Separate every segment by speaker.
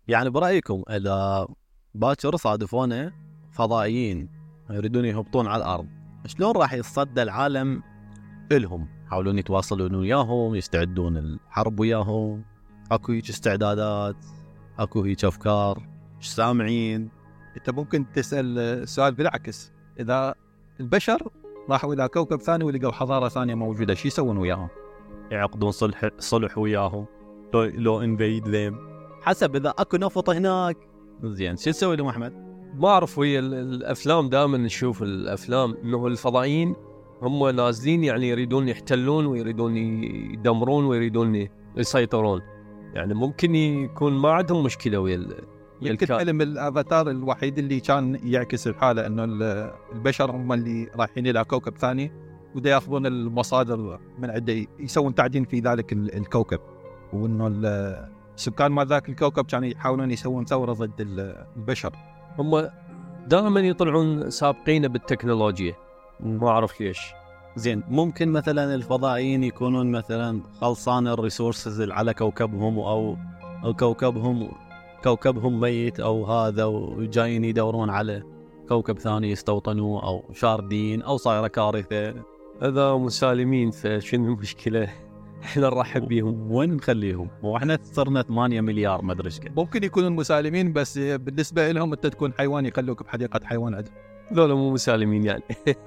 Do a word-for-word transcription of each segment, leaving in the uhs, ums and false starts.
Speaker 1: يعني برأيكم إذا باكر صادفونا فضائيين يريدون يهبطون على الأرض، شلون راح يتصدى العالم إلهم؟ يحاولون يتواصلون وياهم، يستعدون الحرب وياهم، أكو هيك استعدادات، أكو هيك أفكار، إيش سامعين؟
Speaker 2: أنت ممكن تسأل سؤال بالعكس، إذا البشر راحوا إلى كوكب ثاني ولقوا حضارة ثانية موجودة، شو يسوون وياهم؟
Speaker 1: يعقدون صلح صلح وياهم، لو لو انفيد ذيم، حسب إذا أكو نفط هناك. زين شو تسوي لهم أحمد؟
Speaker 3: ما أعرف، ويا الأفلام دائما نشوف الأفلام إنه الفضائيين هم نازلين يعني يريدون يحتلون ويريدون يدمرون ويريدون يسيطرون. يعني ممكن يكون ما عندهم مشكلة ويا
Speaker 2: يمكن فيلم الافاتار الوحيد اللي كان يعكس الحالة، انه البشر هم اللي رايحين الى كوكب ثاني ودا ياخذون المصادر من عده، يسوون تعدين في ذلك الكوكب، وانه السكان مال ذاك الكوكب كانوا يحاولون يسوون ثورة ضد البشر.
Speaker 3: هم دائما يطلعون سابقين بالتكنولوجيا، ما أعرف ليش.
Speaker 1: زين ممكن مثلا الفضائيين يكونون مثلا خلصان الريسورسز على كوكبهم، او او كوكبهم كوكبهم ميت او هذا، وجايين يدورون على كوكب ثاني يستوطنوه، او شاردين، او صايره كارثه.
Speaker 3: اذا مسالمين فشنو المشكله؟ احنا نرحب بيهم،
Speaker 1: وين نخليهم؟ واحنا صرنا ثمانية مليار ما ادري ايش.
Speaker 2: ممكن يكونوا مسالمين، بس بالنسبه لهم انت تكون حيوان يخلوك بحديقه حيوان عندهم.
Speaker 3: ذولا مو مسالمين يعني.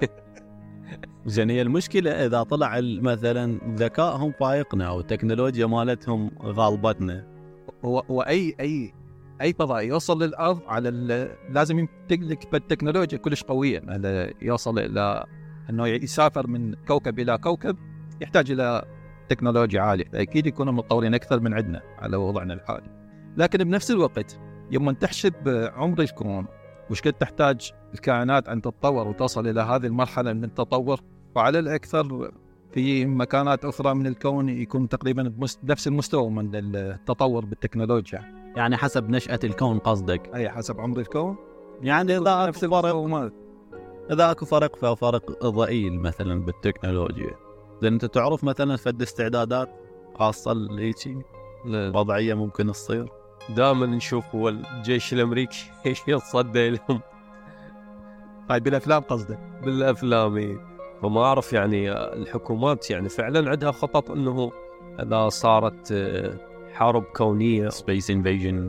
Speaker 1: زين هي المشكله اذا طلع مثلا ذكائهم فايقنا او التكنولوجيا مالتهم غالبتنا،
Speaker 2: واي اي اي فضائي يوصل للارض على لازم يمتلك بالتكنولوجيا كلش قويه، على يوصل الى انه يسافر من كوكب الى كوكب يحتاج الى تكنولوجيا عاليه، اكيد يكونوا متطورين اكثر من عندنا على وضعنا الحالي. لكن بنفس الوقت يوم تحسب عمر الكون وش قد تحتاج الكائنات ان تتطور وتصل الى هذه المرحله من التطور، وعلى الاكثر في مكانات اخرى من الكون يكون تقريبا بنفس المستوى من التطور بالتكنولوجيا.
Speaker 1: يعني حسب نشأة الكون قصدك؟
Speaker 2: اي حسب عمر الكون،
Speaker 1: يعني اذا اكو فرق اذا اكو فرق ففرق ضئيل مثلا بالتكنولوجيا. لان انت تعرف مثلا فد استعدادات خاصه لهيجي وضعيه ممكن تصير.
Speaker 3: دائما نشوف هو الجيش الامريكي يتصدى لهم.
Speaker 2: هاي بالافلام قصدك؟
Speaker 3: بالافلام. فما اعرف يعني الحكومات يعني فعلا عندها خطط انه اذا صارت حرب كونيه
Speaker 1: سبيس انفيجن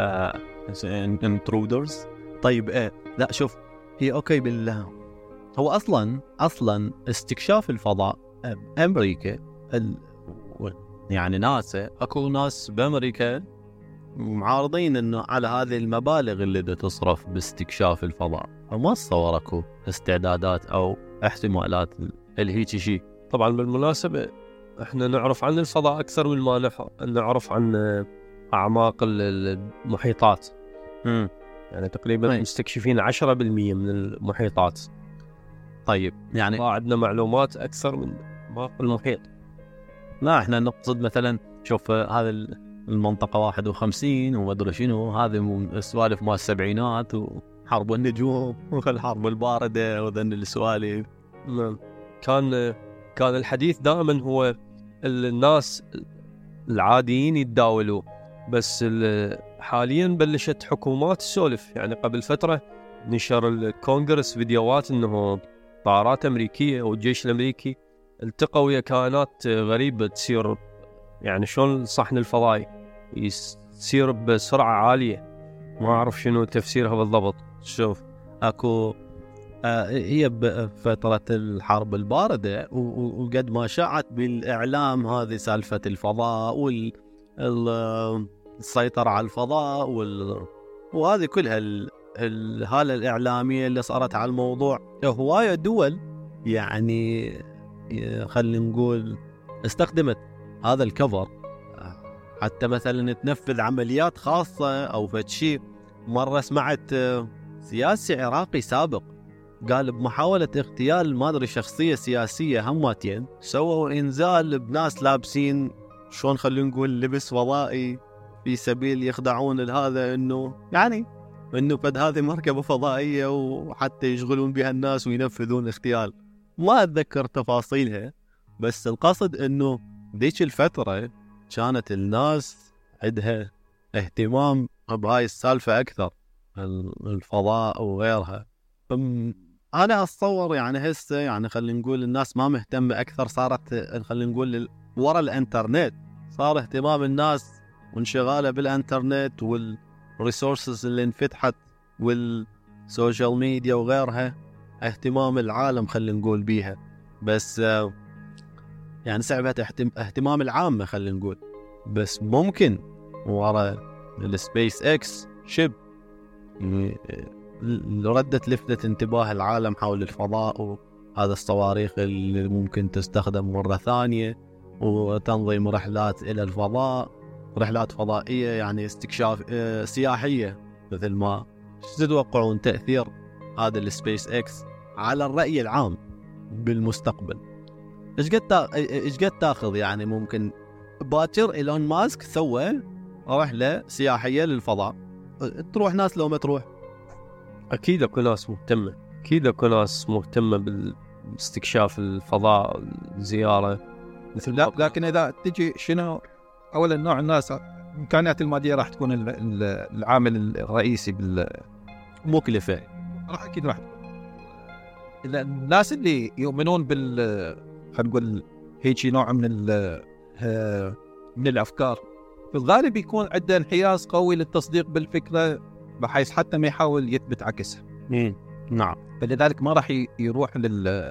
Speaker 1: انترودرز. طيب ايه لا شوف، هي اوكي بالله، هو اصلا اصلا استكشاف الفضاء امريكا ال... يعني ناسا، اكو ناس بامريكا معارضين انه على هذه المبالغ اللي دا تصرف باستكشاف الفضاء، فما تصور اكو استعدادات او احتمالات الهيجي شيء.
Speaker 3: طبعا بالمناسبه احنا نعرف عن الفضاء اكثر من ما نعرف عن اعماق المحيطات.
Speaker 1: امم
Speaker 3: يعني تقريبا طيب. مستكشفين عشرة بالمئة من المحيطات.
Speaker 1: طيب يعني
Speaker 3: ما عندنا معلومات اكثر من باقي المحيط.
Speaker 1: لا احنا نقصد مثلا شوف هذا المنطقه واحد وخمسين وما ادري شنو، هذه السوالف مال السبعينات وحرب النجوم والحرب البارده وذن السوالف.
Speaker 3: نعم. كان كان الحديث دائما هو الناس العاديين يتداولوا، بس حاليا بلشت حكومات تسولف. يعني قبل فتره نشر الكونغرس فيديوهات انه طائرات امريكيه والجيش الامريكي التقوا ويا كائنات غريبه تسير، يعني شلون الصحن الفضائي يسير بسرعه عاليه. ما اعرف شنو تفسيرها بالضبط.
Speaker 1: شوف اكو آه هي بفتره الحرب البارده وقد ما شاعت بالاعلام هذه سالفه الفضاء والسيطره على الفضاء وال... وهذه كلها ال... الهاله الاعلاميه اللي صارت على الموضوع. هوايه دول يعني خلينا نقول استخدمت هذا الكفر حتى مثلا تنفذ عمليات خاصة أو فشي. مرة سمعت سياسي عراقي سابق قال بمحاولة اغتيال ما أدري شخصية سياسية همتين سووا إنزال بناس لابسين شلون خلينا نقول لبس فضائي في سبيل يخدعون لهذا إنه يعني إنه فد هذه مركبة فضائية وحتى يشغلون بها الناس وينفذون اغتيال. ما أتذكر تفاصيلها، بس القصد إنه ديك الفترة كانت الناس عندها اهتمام بهاي السالفة أكثر، الفضاء وغيرها. أنا أتصور يعني هسه يعني خلينا نقول الناس ما مهتمة أكثر، صارت خلينا نقول ورا الإنترنت صار اهتمام الناس وانشغاله بالإنترنت والريسورسز اللي انفتحت والسوشيال ميديا وغيرها، اهتمام العالم خلينا نقول بيها، بس يعني سعبت اهتمام العامة خلينا نقول. بس ممكن ورا السبيس اكس شب ردت لفتت انتباه العالم حول الفضاء، وهذا الصواريخ اللي ممكن تستخدم مرة ثانية، وتنظيم رحلات إلى الفضاء، رحلات فضائية يعني استكشاف اه سياحية. مثل ما تتوقعون تأثير هذا السبيس اكس على الرأي العام بالمستقبل؟ ايش قد تا... ايش قد تاخذ يعني ممكن باكر إيلون ماسك سوى رحلة سياحية للفضاء، تروح ناس لو ما تروح؟
Speaker 3: أكيد أكو ناس مهتمة، أكيد أكو ناس مهتمة بالاستكشاف الفضاء، الزيارة
Speaker 2: مثل لا. لكن إذا تجي شنو أولا نوع الناس، الإمكانيات المادية راح تكون العامل الرئيسي
Speaker 1: بالمكلفة،
Speaker 2: راح أكيد راح تكون. الناس اللي يؤمنون بال خلينا نقول هيك نوع من من الأفكار في الغالب يكون عنده انحياز قوي للتصديق بالفكرة، بحيث حتى ما يحاول يثبت عكسها.
Speaker 1: مم. نعم.
Speaker 2: فلذلك ما راح يروح لل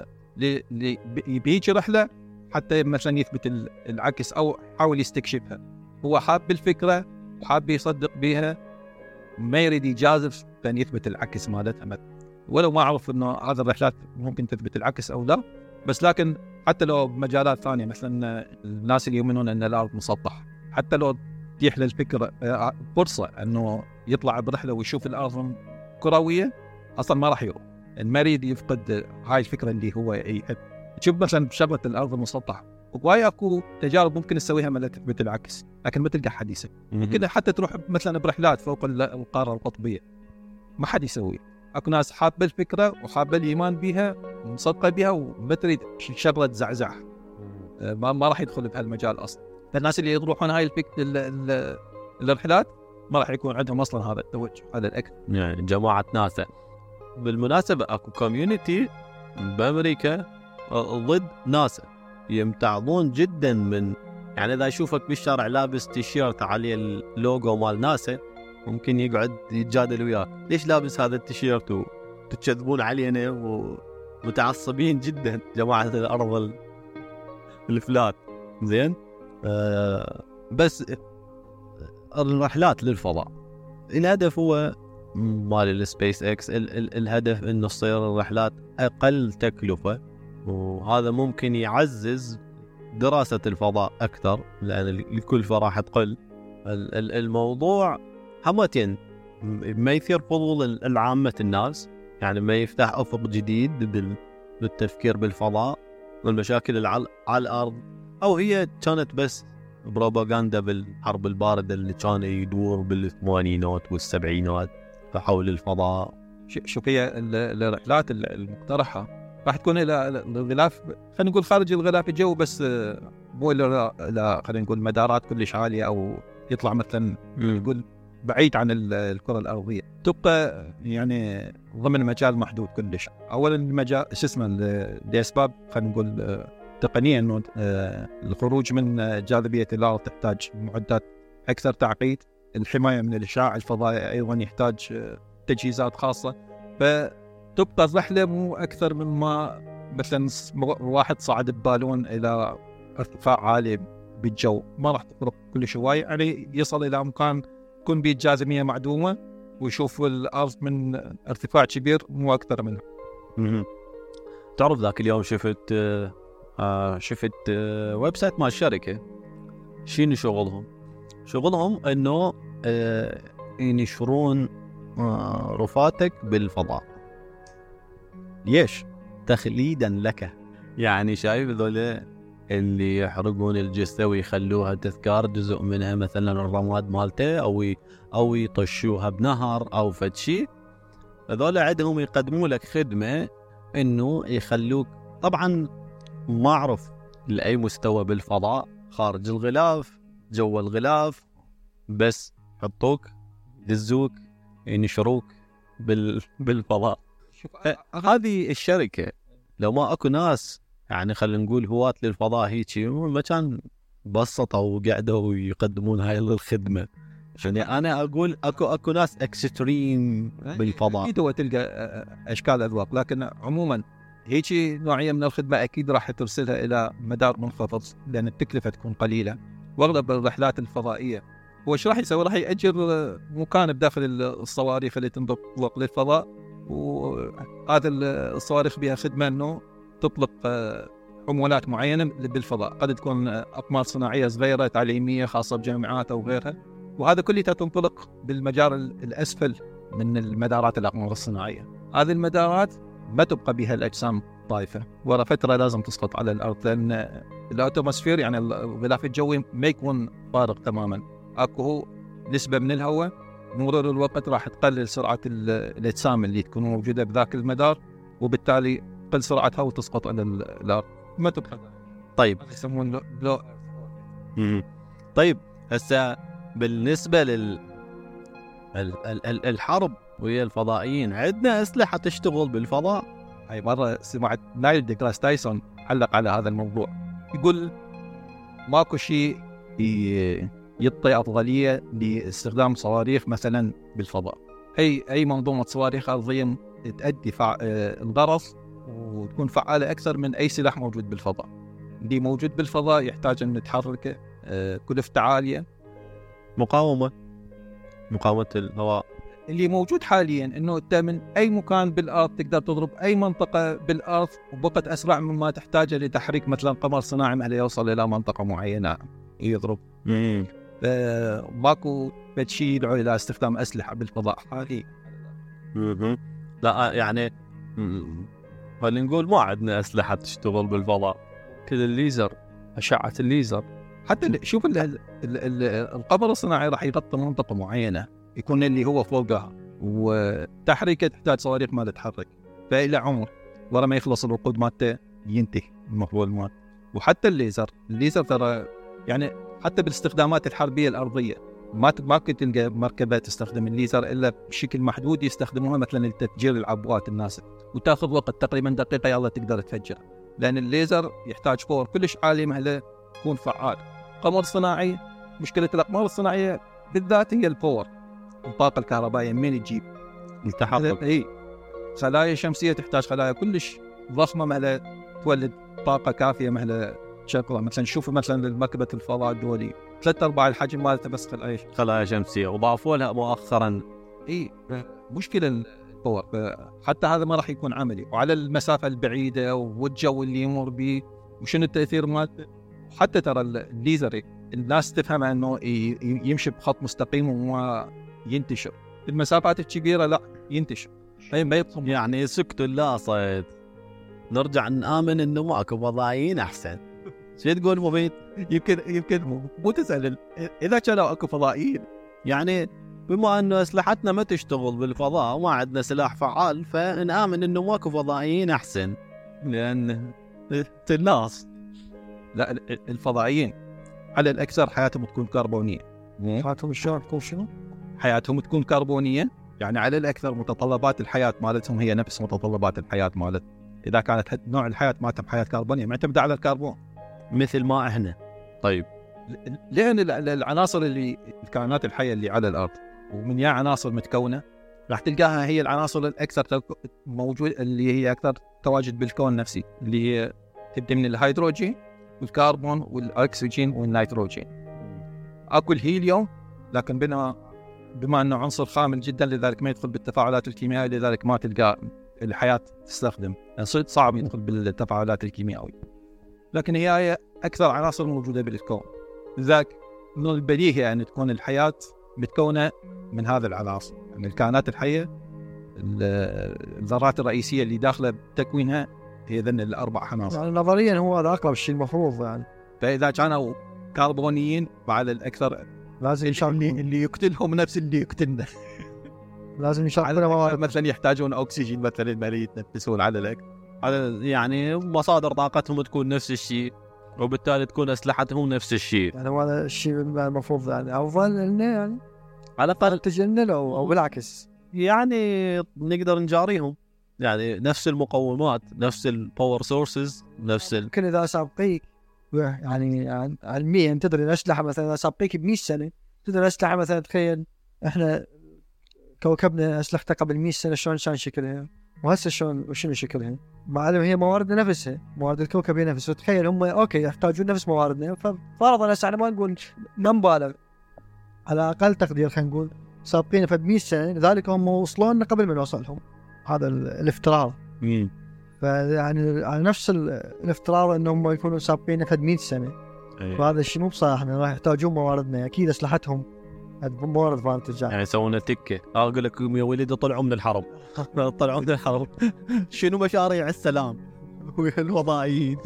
Speaker 2: بيجي رحلة حتى مثلا يثبت العكس أو حاول يستكشفها. هو حاب الفكرة وحاب يصدق بها، ما يريد يجازف بأن يثبت العكس مالتها، ولو ما أعرف إنه هذا الرحلات ممكن تثبت العكس أو لا. بس لكن حتى لو بمجالات ثانية مثلا الناس اللي يؤمنون أن الأرض مسطحة، حتى لو تتيح للفكرة فرصة أنه يطلع برحلة ويشوف الأرض كروية، أصلا ما راح يروح، ما يريد يفقد هاي الفكرة اللي هو يحب. تشوف مثلا بشغلة الأرض المسطحة، وهاي أكو تجارب ممكن تسويها ما تثبت العكس، لكن ما تلقى حد يسوي. ممكن حتى تروح مثلا برحلات فوق القارة القطبية، ما حد يسوي. أكو ناس حابة الفكرة وحابة الإيمان بها ومصدقة بها وما تريد شغلة تزعزعها، ما, ما راح يدخل بهالمجال أصلا. فالناس اللي يروحون هاي الفكرة الرحلات ما راح يكون عندهم أصلا هذا التوجه، هذا الأكل.
Speaker 1: يعني جماعة ناسا بالمناسبة أكو كوميونيتي بأمريكا ضد ناسا، يمتعضون جدا من يعني إذا يشوفك بالشارع لابس تيشيرت عليه اللوجو مال ناسا ممكن يقعد يتجادل وياك، ليش لابس هذا التيشيرت، وتكذبون علينا ومتعصبين جدا جماعة الأرض الفلات. زين آه بس الرحلات للفضاء الهدف هو مال السبيس اكس، ال- ال- الهدف انه تصير الرحلات اقل تكلفة، وهذا ممكن يعزز دراسة الفضاء اكثر لان الكلفة راح تقل. الموضوع همتين، ما يثير فضول العامة الناس، يعني ما يفتح افق جديد بالتفكير بالفضاء والمشاكل اللي على الارض، او هي كانت بس بروباغندا بالحرب الباردة اللي كان يدور بالثمانينات والسبعينات حول الفضاء.
Speaker 2: شوف هي الرحلات المقترحة راح تكون إلى الغلاف، خلينا نقول خارج الغلاف الجوي، بس مو إلى خلينا نقول مدارات كلش عالية أو يطلع مثلا نقول بعيد عن الكرة الأرضية، تبقى يعني ضمن مجال محدود كلش. أولا المجال شو اسمه لأسباب خلينا نقول تقنيا، إنه الخروج من جاذبية الأرض تحتاج معدات أكثر تعقيد، الحماية من الإشعاع الفضائي أيضا يحتاج تجهيزات خاصة، فتبقى الرحلة مو أكثر مما مثلا واحد صعد ببالون إلى ارتفاع عالي بالجو، ما راح تفرق كل شوي، يعني يصل إلى مكان يكون به جاذبية معدومة ويشوف الأرض من ارتفاع كبير مو أكثر منه.
Speaker 1: تعرف ذاك اليوم شفت آه شفت آه ويب سايت مال الشركة، شنو شغلهم؟ شغلهم إنه آه ينشرون آه رفاتك بالفضاء. ليش؟ تخليدا لك، يعني شايف ذولا اللي يحرقون الجثة ويخلوها تذكار جزء منها مثلا الرماد مالته، أو أو يطشوها بنهر أو فدشي، هذولا عندهم يقدموا لك خدمة إنه يخلوك، طبعا ما أعرف لأي مستوى بالفضاء، خارج الغلاف جوا الغلاف، بس حطوك يدزوك ينشروك بال بالفضاء. هذه الشركة لو ما اكو ناس يعني خلينا نقول هواة للفضاء هيك ما كان بسطوا وقعدوا ويقدمون هاي الخدمة. يعني انا اقول اكو اكو ناس اكستريم بالفضاء
Speaker 2: اكيد هو تلقى اشكال اذواق، لكن عموما هيك نوعيه من الخدمه اكيد راح ترسلها الى مدار منخفض لان التكلفه تكون قليله. واغلب الرحلات الفضائيه هو ايش راح يسوي؟ راح ياجر مكان بداخل الصواريخ اللي تنطلق للفضاء، وهذا الصواريخ بها خدمه انه تطلق حمولات معينه بالفضاء، قد تكون اقمار صناعيه صغيره تعليميه خاصه بجامعات او غيرها، وهذا كله تنطلق بالمجال الأسفل من المدارات الأقمار الصناعية. هذه المدارات ما تبقى بها الأجسام طايفة، ورا فترة لازم تسقط على الأرض لأن الأتموسفير يعني الغلاف الجوي ما يكون فارغ تماما، أكو نسبة من الهواء مرور الوقت راح تقلل سرعة الأجسام اللي تكون موجودة بذاك المدار، وبالتالي تقل سرعتها وتسقط على الأرض ما تبقى.
Speaker 1: طيب
Speaker 2: يسمون لو
Speaker 1: طيب هسه بالنسبة لل ال... ال... ال... الحرب ويا الفضائيين عندنا أسلحة تشتغل بالفضاء.
Speaker 2: هاي مرة سمعت نايل ديغراس تايسون علق على هذا الموضوع، يقول ماكو شيء يعطي أفضلية لاستخدام صواريخ مثلا بالفضاء. أي أي منظومة صواريخ أرضية تؤدي فع... الغرض وتكون فعالة أكثر من أي سلاح موجود بالفضاء. اللي موجود بالفضاء يحتاج أن نتحركه كلفته عالية،
Speaker 1: مقاومة مقاومة الهواء.
Speaker 2: اللي موجود حاليا انه انت من اي مكان بالارض تقدر تضرب اي منطقة بالارض وبوقت اسرع مما تحتاجه لتحريك مثلا قمر صناعي ما يوصل الى منطقة معينة يضرب.
Speaker 1: امم
Speaker 2: ماكو شيء يدعو الى استخدام اسلحة بالفضاء حاليا.
Speaker 1: امم لا يعني خلينا نقول ما عندنا اسلحة تشتغل بالفضاء،
Speaker 3: كل الليزر، اشعة الليزر.
Speaker 2: حتى شوف ال ال ال القمر الصناعي راح يغطي منطقة معينة يكون اللي هو فوقها، وتحريكه تحتاج صواريخ ما تتحرك فإلى عمر ورا ما يخلص الوقود مالته ينتهي المفعول مالته. وحتى الليزر الليزر ترى يعني حتى بالاستخدامات الحربية الأرضية ما ما كنت تلقى مركبة تستخدم الليزر إلا بشكل محدود يستخدموها مثلا لتفجير العبوات الناسف، وتأخذ وقت تقريبا دقيقة يلا تقدر تفجر، لأن الليزر يحتاج باور كلش عالي مهله يكون فعال. قمر صناعي مشكلة الأقمار الصناعية بالذات هي الباور، الطاقة الكهربائية منين تجيب
Speaker 1: التحقق.
Speaker 2: اي خلايا شمسية تحتاج خلايا كلش ضخمة مهلا تولد طاقة كافية مهلا تشغلها. مثلا شوفوا مثلا مركبة الفضاء الدولي ثلاثة أرباع الحجم مالتها بس خلايا
Speaker 1: خلايا شمسية، وضافوا لها مؤخرا
Speaker 2: اي مشكلة الباور، حتى هذا ما راح يكون عملي، وعلى المسافة البعيدة والجو اللي يمر به وشنو التأثير مالته. حتى ترى الليزر الناس تفهم انه يمشي بخط مستقيم وما ينتشر، المسافات الكبيره لا ينتشر ما يبقى.
Speaker 1: يعني سكتوا لا صيد نرجع نآمن انه ماكو فضائيين احسن. شو تقول مبيد؟
Speaker 2: يمكن يمكن مو تسأل اذا كانوا اكو فضائيين،
Speaker 1: يعني بما انه اسلحتنا ما تشتغل بالفضاء وما عندنا سلاح فعال فنآمن انه ماكو فضائيين احسن، لان الناس
Speaker 2: لا الفضائيين على الأكثر حياتهم تكون كربونية.
Speaker 4: حياتهم شلون تكون شنو؟
Speaker 2: حياتهم تكون كربونية، يعني على الأكثر متطلبات الحياة مالتهم هي نفس متطلبات الحياة مالت إذا كانت نوع الحياة مالتهم حياة كربونية معتمدة على الكربون
Speaker 1: مثل ما إحنا. طيب
Speaker 2: لأن العناصر اللي الكائنات الحية اللي على الأرض ومن يا عناصر متكونة راح تلقاها هي العناصر الأكثر موجود اللي هي أكثر تواجد بالكون نفسي، اللي هي تبدأ من الهيدروجين والكربون والأكسجين والنيتروجين. أكو الهيليوم لكن بما بما أنه عنصر خامل جدا لذلك ما يدخل بالتفاعلات الكيميائية، لذلك ما تلقى الحياة تستخدم، صيد صعب يدخل بالتفاعلات الكيميائية، لكن هي أكثر عناصر موجودة بالكون. لذلك من البديهي أن تكون الحياة متكونة من هذه العناصر، يعني الكائنات الحية الذرات الرئيسية اللي داخلة بتكوينها هي ذن الأربع عناصر.
Speaker 4: يعني نظريا هو هذا أقرب شيء المفروض، يعني
Speaker 2: فإذا كانوا كربونيين بعد الأكثر
Speaker 4: لازم
Speaker 2: اللي, اللي يقتلهم نفس اللي يقتلنا
Speaker 4: لازم يشاركونا
Speaker 2: مثلا يحتاجون أكسجين مثلا ما يتنفسون على الأكل،
Speaker 1: على يعني مصادر طاقتهم تكون نفس الشيء وبالتالي تكون أسلحتهم نفس الشيء.
Speaker 4: يعني هذا الشيء المفروض يعني أفضل لنا يعني
Speaker 1: على الاقل
Speaker 4: تجنن او أو بالعكس.
Speaker 1: يعني نقدر نجاريهم، يعني نفس المقومات، نفس الباور سورسز، نفس ال...
Speaker 4: يمكن اذا سابقيك يعني علميا تدري الاسلحه مثلا اذا سابقيك ب مئة سنه تدري الاسلحه مثلا، تخيل احنا كوكبنا اسلحته قبل مئة سنه شلون كان شكلها وهسه شلون وشنو شكلها، مع انه هي مواردنا نفسها، موارد الكوكب هي نفسها. تخيل هم اوكي يحتاجون نفس مواردنا، ففرضا هسه احنا ما نقول ما نبالغ، على اقل تقدير خلينا نقول سابقين ف مئة سنه، لذلك هم وصلوا لنا قبل ما نوصلهم. هذا الافتراض.
Speaker 1: مم.
Speaker 4: فيعني على نفس الافتراض انهم يكونوا سابقين ف مئة سنه،
Speaker 1: أيه.
Speaker 4: فهذا الشيء مو بصح. احنا راح يحتاجون مواردنا اكيد، اسلحتهم موارد فانت الجاي.
Speaker 1: يعني يسوون تكه، اقول لك يا وليدي طلعوا من الحرب طلعوا من الحرب شنو مشاريع السلام والوضائيين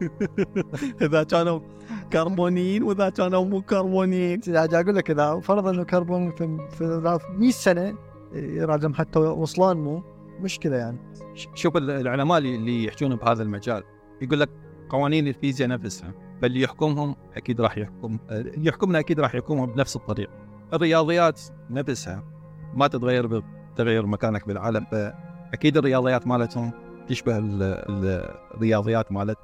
Speaker 1: اذا كانوا كربونيين واذا كانوا مو كربونيين.
Speaker 4: يعني اقول لك اذا فرضا انه كربون في في مئة سنه يراجم حتى وصلان مو مشكله يعني.
Speaker 2: شوف العلماء اللي يحجون بهذا المجال يقول لك قوانين الفيزياء نفسها، فاللي يحكمهم اكيد راح يحكم يحكمنا اكيد راح يحكمهم بنفس الطريقه. الرياضيات نفسها ما تتغير بتغير مكانك بالعالم، فاكيد الرياضيات مالتهم تشبه الرياضيات مالت،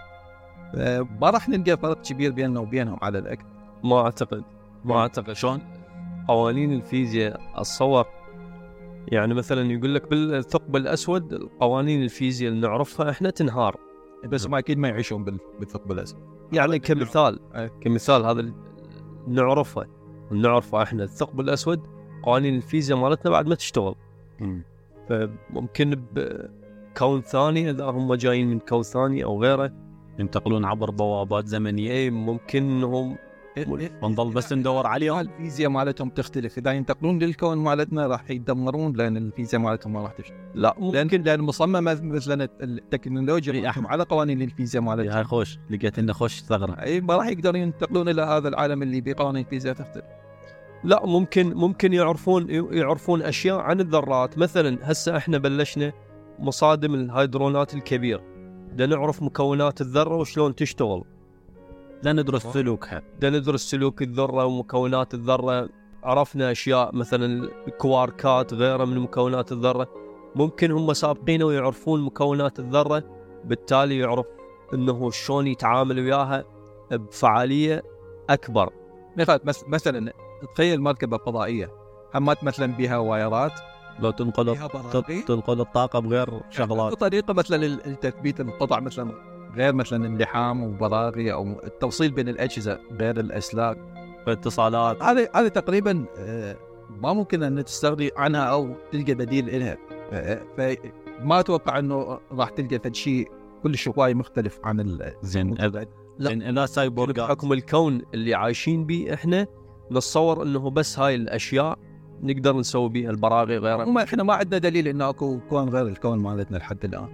Speaker 2: ما راح نلقى فرق كبير بيننا وبينهم على الاكل.
Speaker 3: ما اعتقد ما اعتقد شلون قوانين الفيزياء اتصور يعني مثلا يقول لك بالثقب الاسود قوانين الفيزياء اللي نعرفها احنا تنهار،
Speaker 2: بس ما اكيد ما يعيشون بالثقب الاسود.
Speaker 3: يعني كمثال كمثال هذا نعرفه نعرفه احنا الثقب الاسود قوانين الفيزياء مالتنا بعد ما تشتغل.
Speaker 1: م.
Speaker 3: فممكن بكون ثاني اذا هم جايين من كون ثاني او غيره
Speaker 1: ينتقلون عبر بوابات زمنيه.
Speaker 3: اي ممكن انهم
Speaker 1: ونظل بس ندور عليهم.
Speaker 2: الفيزياء مالتهم تختلف، اذا ينتقلون للكون مالتنا راح يدمرون لان الفيزياء مالتهم ما راح تشتغل.
Speaker 3: لا
Speaker 2: ممكن لان مصممه مثلا التكنولوجيا على قوانين الفيزياء مالتهم.
Speaker 1: هاي خوش لقيت انه خوش ثغره.
Speaker 2: اي ما راح يقدرون ينتقلون الى هذا العالم اللي بقوانين الفيزياء تختلف.
Speaker 3: لا ممكن ممكن يعرفون يعرفون اشياء عن الذرات. مثلا هسه احنا بلشنا مصادم الهيدرونات الكبير، بدنا نعرف مكونات الذره وشلون تشتغل،
Speaker 1: لا ندرس سلوكها،
Speaker 3: بدنا ندرس سلوك الذره ومكونات الذره. عرفنا اشياء مثلا الكواركات غيرها من مكونات الذره، ممكن هم سابقين ويعرفون مكونات الذره، بالتالي يعرف انه شلون يتعامل وياها بفعاليه اكبر.
Speaker 2: مثلا تخيل مركبه فضائيه همات مثلا بها وايرات،
Speaker 1: لو تنقل تنقل الطاقه بغير شغلات،
Speaker 2: بطريقه مثلا التثبيت القطع مثلا غير مثلا اللحام وبراغي او التوصيل بين الاجهزه غير الاسلاك
Speaker 1: واتصالات.
Speaker 2: هذه هذه تقريبا ما ممكن ان تستغني عنها او تلقى بديل لها، فما اتوقع انه راح تلقى فد شيء كل شوي مختلف عن
Speaker 1: زين. لان اذا سايبورغ
Speaker 3: بحكم الكون اللي عايشين به احنا نتصور انه بس هاي الاشياء نقدر نسوي بها البراغي غيرها.
Speaker 2: احنا ما عندنا دليل انه اكو كون غير الكون مالتنا لحد الان.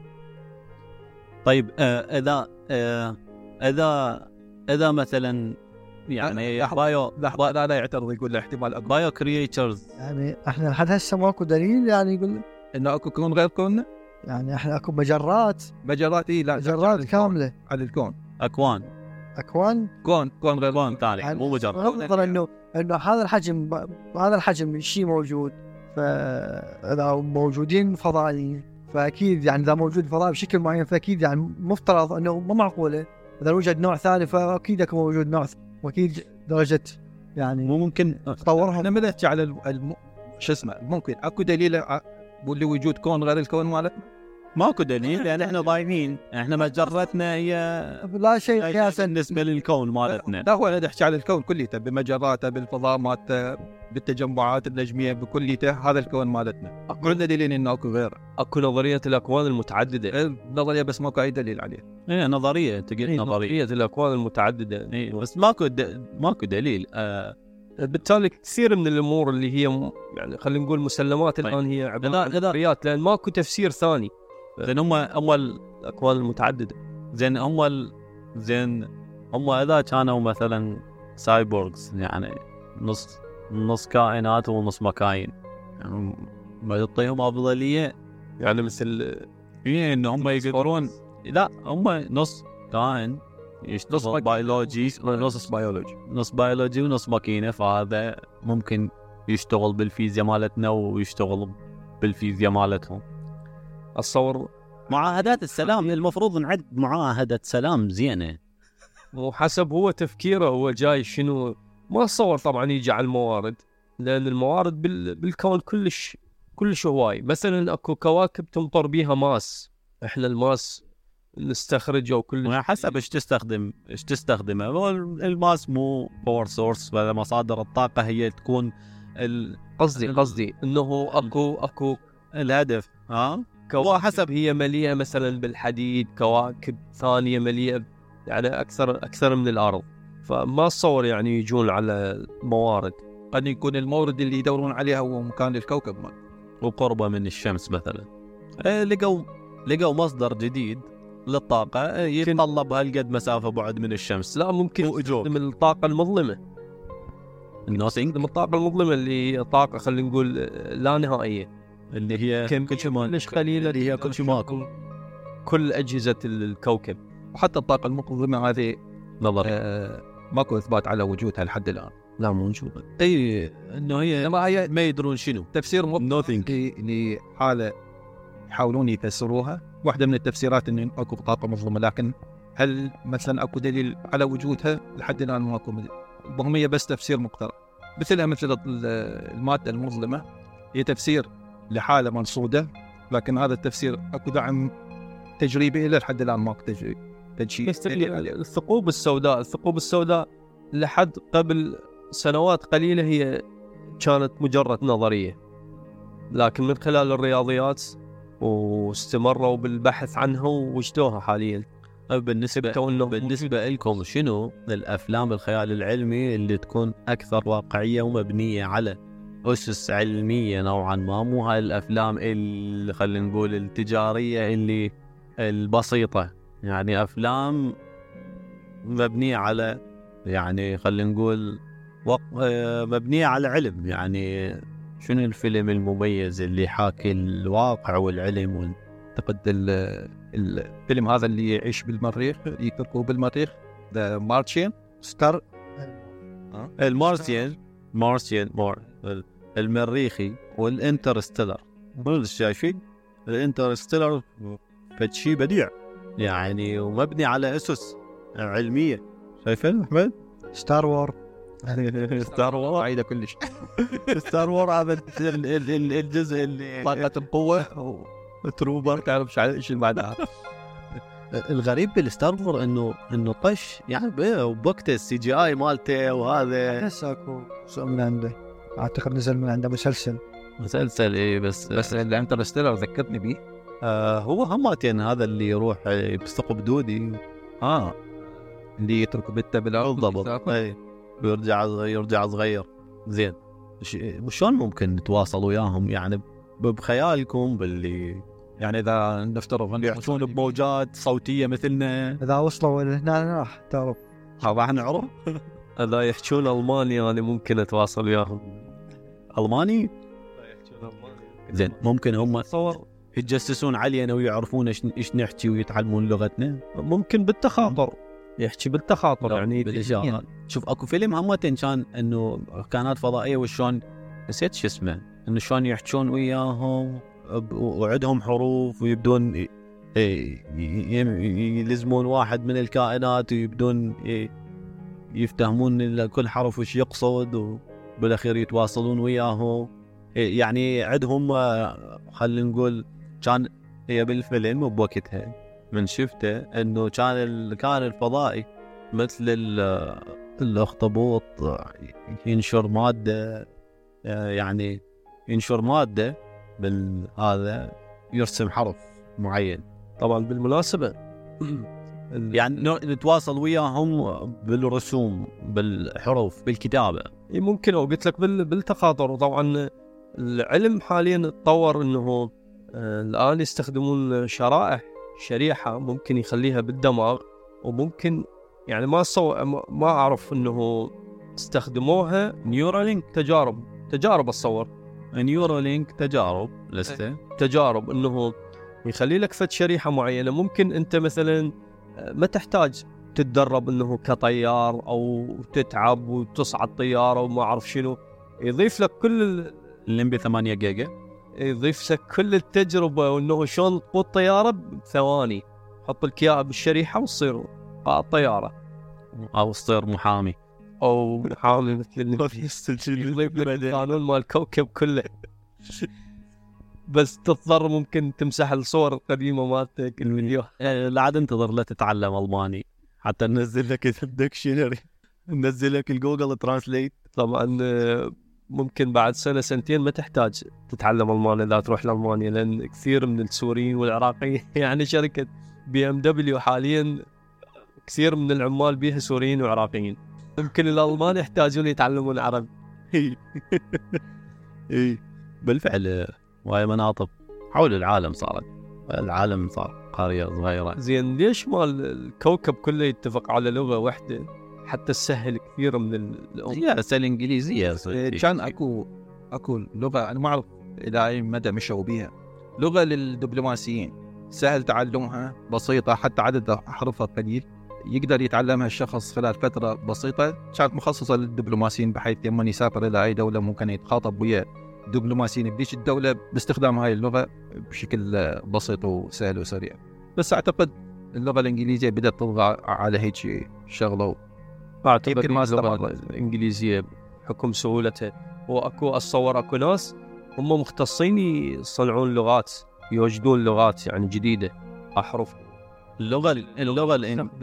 Speaker 1: طيب آه اذا آه اذا اذا مثلا يعني
Speaker 2: لحظة
Speaker 1: بايو
Speaker 2: لحظة لا لا يعترض يقول له احتمال اكبر
Speaker 1: بايو كرييتشرز،
Speaker 4: يعني احنا لحد هسه ماكو دليل يعني يقول
Speaker 2: انه اكو كون غير كوننا.
Speaker 4: يعني احنا اكو مجرات
Speaker 2: مجرات اي لا
Speaker 4: مجرات كامله
Speaker 2: على الكون،
Speaker 1: اكوان
Speaker 4: اكوان
Speaker 2: كون كون غير
Speaker 1: كون ثاني
Speaker 4: يعني
Speaker 1: مو مجرد.
Speaker 4: نظرا انه انه هذا الحجم هذا الحجم الشيء موجود، فاذا موجودين فضائيين فاكيد يعني اذا موجود فضائي بشكل معين فاكيد يعني مفترض انه ما معقوله اذا وجد نوع ثاني فاكيد اكو موجود نوع واكيد درجه يعني
Speaker 1: مو ممكن
Speaker 2: تطورها. احنا ما نحكي على الم... شو اسمه ممكن اكو دليل لوجود كون غير الكون مالتنا؟
Speaker 1: ماكو دليل يعني احنا ضايعين، احنا مجرتنا هي
Speaker 4: لا شيء قياسا
Speaker 1: بالنسبه للكون مالتنا.
Speaker 2: لا هو انا نحكي على الكون كليته بمجراته بالفضاءات بالتجمعات النجميه بكليته، هذا الكون مالتنا. اكو عندنا دليل انه اكو غيره،
Speaker 3: اكو نظريه الاكوان المتعدده.
Speaker 2: نظريه بس ماكو اي دليل عليه.
Speaker 1: ايه نظريه تقول
Speaker 3: إيه
Speaker 1: نظريه
Speaker 3: الاكوان المتعدده
Speaker 1: إيه بس ماكو د... ماكو دليل. آه
Speaker 3: بالتالي كثير من الامور اللي هي يعني خلينا نقول مسلمات
Speaker 1: طيب.
Speaker 3: الان هي عباره عن نظريات لان ماكو تفسير ثاني.
Speaker 1: زين هم هم
Speaker 3: الاكوان المتعدده
Speaker 1: زين هم ال... زين هم اذا كانوا مثلا سايبورغز يعني نص نص كائنات ونص مكاين، يعني ما يعطيهم افضليه
Speaker 3: يعني مثل
Speaker 1: ايه انه هم يقدرون. لا هم نص كائن نص بيولوجي
Speaker 2: نص بيولوجي
Speaker 1: نص بيولوجي ونص ماكينه، فهذا ممكن يشتغل بالفيزياء مالتنا ويشتغل بالفيزياء مالتهم.
Speaker 3: اتصور
Speaker 1: معاهدات السلام المفروض نعد معاهدة سلام زينة،
Speaker 3: وحسب هو تفكيره هو جاي شنو. ما اتصور طبعا يجي على الموارد، لان الموارد بال... بالكون كلش كلش هواي. مثلا اكو كواكب تمطر بيها ماس، احنا الماس نستخرجه وكل
Speaker 1: حسب ايش تستخدم ايش تستخدمه. هو الماس مو باور سورس، ولا مصادر الطاقة هي تكون ال...
Speaker 3: قصدي قصدي انه اكو اكو
Speaker 1: الهدف. ها
Speaker 3: كواكب حسب هي مليئة مثلا بالحديد، كواكب ثانية مليئة يعني اكثر اكثر من الارض. فما اتصور يعني يجون على الموارد.
Speaker 2: قد يكون المورد اللي يدورون عليها هو مكان الكوكب مال
Speaker 1: وقربة من الشمس مثلا. إيه لقوا لقوا مصدر جديد للطاقة يتطلب هالقد مسافة بعد من الشمس.
Speaker 3: لا ممكن من الطاقة المظلمة،
Speaker 1: النوثينج،
Speaker 3: من الطاقة المظلمة اللي هي طاقة خلينا نقول لا نهائية،
Speaker 1: اللي هي
Speaker 3: كل شيء كلش قليلة،
Speaker 1: اللي هي كل شيء ماكو،
Speaker 3: كل أجهزة الكوكب.
Speaker 2: وحتى الطاقة المظلمة هذه
Speaker 1: نظري
Speaker 2: آه ماكو إثبات على وجودها لحد الآن.
Speaker 3: لا موجودة.
Speaker 1: اي انه هي
Speaker 2: ما هي
Speaker 1: ما يدرون شنو
Speaker 2: تفسير
Speaker 1: نوثينج
Speaker 2: لحالة يحاولون يفسروها. واحدة من التفسيرات إن أكو طاقة مظلمة، لكن هل مثلا أكو دليل على وجودها لحد الآن؟ ماكو. المهم هي بس تفسير مقترح، مثلها مثل المادة المظلمة هي تفسير لحالة منصودة، لكن هذا التفسير أكو دعم تجريبي إلى لحد الآن ماكو تجريبي تجريبي.
Speaker 3: الثقوب السوداء الثقوب السوداء لحد قبل سنوات قليلة هي كانت مجرد نظرية، لكن من خلال الرياضيات واستمروا بالبحث عنها ووجدوها حاليا.
Speaker 1: بالنسبة بالنسبة لكم شنو الأفلام الخيال العلمي اللي تكون أكثر واقعية ومبنية على أسس علمية نوعا ما، مو هاي الأفلام اللي خلينا نقول التجارية اللي البسيطة، يعني أفلام مبنية على يعني خلينا نقول وق... مبنية على علم. يعني شنو الفيلم المميز اللي حاكي الواقع والعلم وال...
Speaker 2: اعتقد الفيلم هذا اللي يعيش بالمريخ، يتركوا بالمريخ، ذا مارشين
Speaker 4: ستار
Speaker 1: المارسيان مارسيان مار المريخي والانترستيلر. بل شايفين الانترستيلر فشي بديع يعني، ومبني على أسس علمية. شايفين أحمد؟
Speaker 4: ستار وور
Speaker 1: ستار وور
Speaker 2: عايدة كلش
Speaker 1: ستار وور هذا الجزء اللي
Speaker 2: طاقة القوة
Speaker 1: تروبر
Speaker 2: تعرف شو ايش بعدها.
Speaker 1: الغريب بالستار وور انه انه طش يعني بوقت السي جي اي مالته، وهذا
Speaker 4: بس اكو من عنده اعتقد نزل من عنده مسلسل
Speaker 1: مسلسل ايه بس
Speaker 2: بس الانترستيلر ذكرتني به.
Speaker 1: آه هو هماتين هذا اللي يروح بثقب دودي
Speaker 2: اه اللي يترك بنته بالارض
Speaker 1: بالضبط، اي ويرجع يرجع صغير. زين وشلون ممكن نتواصل وياهم يعني بخيالكم باللي يعني اذا نفترض ان يحسون بموجات صوتيه مثلنا،
Speaker 4: اذا وصلوا لهنا راح تعرف
Speaker 1: راح نعرف.
Speaker 3: اذا يحكون الماني انا يعني ممكن اتواصل وياهم.
Speaker 1: الماني زين ممكن هم
Speaker 3: صور
Speaker 1: يتجسسون علينا ويعرفون ايش ايش نحكي ويتعلمون لغتنا.
Speaker 3: ممكن بالتخاطر يحكي بالتخاطر يعني
Speaker 1: بالاشاره. شوف اكو فيلم همتين كان انه كائنات فضائيه وشلون نسيت شو اسمه، انه شلون يحكون وياهم وعندهم حروف ويبدون يلزمون واحد من الكائنات ويبدون يفتهمون كل حرف وش يقصد، وبالاخير يتواصلون وياهم. يعني عندهم خلينا نقول كان هي بالفيلم بوقتها من شفته انه كان الكائن الفضائي مثل الاخطبوط ينشر ماده، يعني ينشر ماده بالهذا يرسم حرف معين.
Speaker 3: طبعا بالمناسبه
Speaker 1: يعني نتواصل وياهم بالرسوم بالحروف بالكتابه.
Speaker 3: ممكن او قلت لك بالتخاطر. وطبعا العلم حاليا تطور انه الان يستخدمون شرائح شريحه ممكن يخليها بالدماغ، وممكن يعني ما صو... ما اعرف انه استخدموها
Speaker 1: نيورالينك
Speaker 3: تجارب تجارب اتصور
Speaker 1: نيورالينك تجارب لسه
Speaker 3: تجارب انه يخلي لك فد شريحه معينه. ممكن انت مثلا ما تحتاج تتدرب انه كطيار او تتعب وتصعد طياره وما اعرف شنو، يضيف لك كل ال...
Speaker 1: الليمبي ثمانية جيجا.
Speaker 3: يضيف لك كل التجربة وانه شلون تقود طيارة بثواني، حط لك اياها بالشريحة وتصير قائد طيارة
Speaker 1: او تصير محامي
Speaker 3: او محامي مثل اللي يضيف لك القانون مال الكوكب كله. بس تضطر ممكن تمسح الصور القديمة مالتك الفيديو.
Speaker 1: لا عاد انتظر لا تتعلم الماني حتى ننزل لك الدكشنري، ننزل لك الجوجل ترانسليت.
Speaker 3: طبعا ممكن بعد سنة سنتين ما تحتاج تتعلم ألماني إذا تروح لألمانيا، لأن كثير من السوريين والعراقيين يعني شركة بي ام دبليو حاليا كثير من العمال بيها سوريين وعراقيين، يمكن الألمان يحتاجون يتعلمون عربي.
Speaker 1: اي بالفعل وهي مناطق حول العالم صارت، العالم صار قرية صغيرة.
Speaker 3: زين ليش ما الكوكب كله يتفق على لغة واحدة حتى تسهل كثير من الأمور؟
Speaker 1: هي الإنجليزية
Speaker 2: كان أكو أكو لغة أنا ما أعرف إلى أي مدى مشوا بيها، لغة للدبلوماسيين سهل تعلمها، بسيطة، حتى عدد أحرفها قليل، يقدر يتعلمها الشخص خلال فترة بسيطة. كانت مخصصة للدبلوماسيين بحيث لما يسافر إلى أي دولة ممكن يتخاطب ويا دبلوماسيين بديش الدولة باستخدام هاي اللغة بشكل بسيط وسهل وسريع. بس أعتقد اللغة الإنجليزية بدأت تطغى على هيك شغلة.
Speaker 3: أعتقد ما اللغة الإنجليزية بحكم سهولتها، وأكو أتصور أكو ناس هم مختصين يصنعون لغات، يوجدون لغات يعني جديدة أحرف.
Speaker 1: اللغة اللغة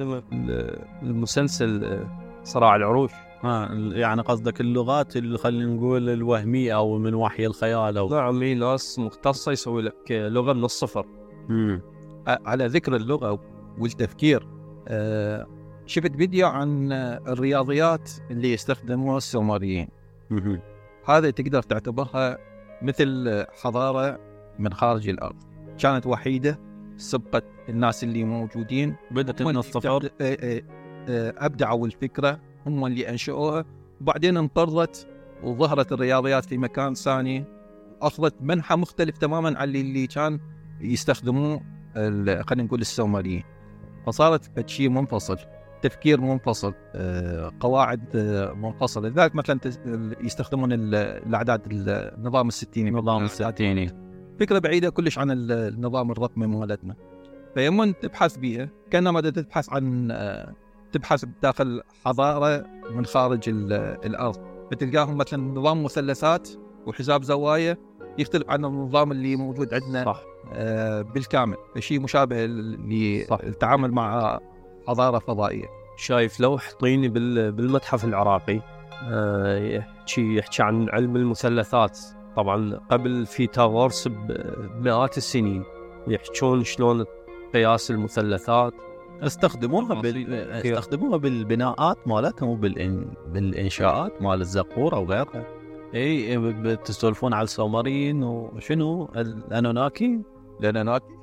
Speaker 3: المسلسل صراع العروش
Speaker 1: ها يعني قصدك اللغات اللي خلينا نقول الوهمية أو من وحي الخيال أو
Speaker 3: نعم، هي ناس مختصة يسوي لك لغة من الصفر.
Speaker 1: مم.
Speaker 2: على ذكر اللغة والتفكير، أه شفت فيديو عن الرياضيات اللي يستخدموها السومريين.
Speaker 1: مم.
Speaker 2: هذا تقدر تعتبرها مثل حضارة من خارج الأرض، كانت وحيدة سبقت الناس اللي موجودين،
Speaker 1: بدأت من الصفر،
Speaker 2: أبدعوا الفكرة، هم اللي أنشأوها، وبعدين انقرضت وظهرت الرياضيات في مكان ثاني، أخذت منحى مختلف تماما عن اللي كان يستخدموه خلينا نقول السومريين. فصارت شيء منفصل، تفكير منفصل، قواعد منفصلة. لذلك مثلا يستخدمون الأعداد النظام الستيني،
Speaker 1: النظام الستيني
Speaker 2: فكرة بعيدة كلش عن النظام الرقمي مالتنا. فيمن تبحث بيها كأنما تبحث عن تبحث داخل حضارة من خارج الأرض، فتلقاهم مثلا نظام مثلثات وحساب زوايا يختلف عن النظام اللي موجود عندنا.
Speaker 3: صح.
Speaker 2: آه بالكامل، شيء مشابه للتعامل مع حضارة فضائية.
Speaker 3: شايف لوح طيني بالمتحف العراقي آه يحكي يحكي عن علم المثلثات، طبعا قبل فيثاغورس بمئات السنين، يحكون شلون قياس المثلثات
Speaker 1: استخدموها بال... استخدموها بالبناءات مالتهم وبالإن... بالإنشاءات مال الزقورة وغيرها. اي بتسولفون على السومريين وشنو الأنوناكي
Speaker 2: الأنوناكي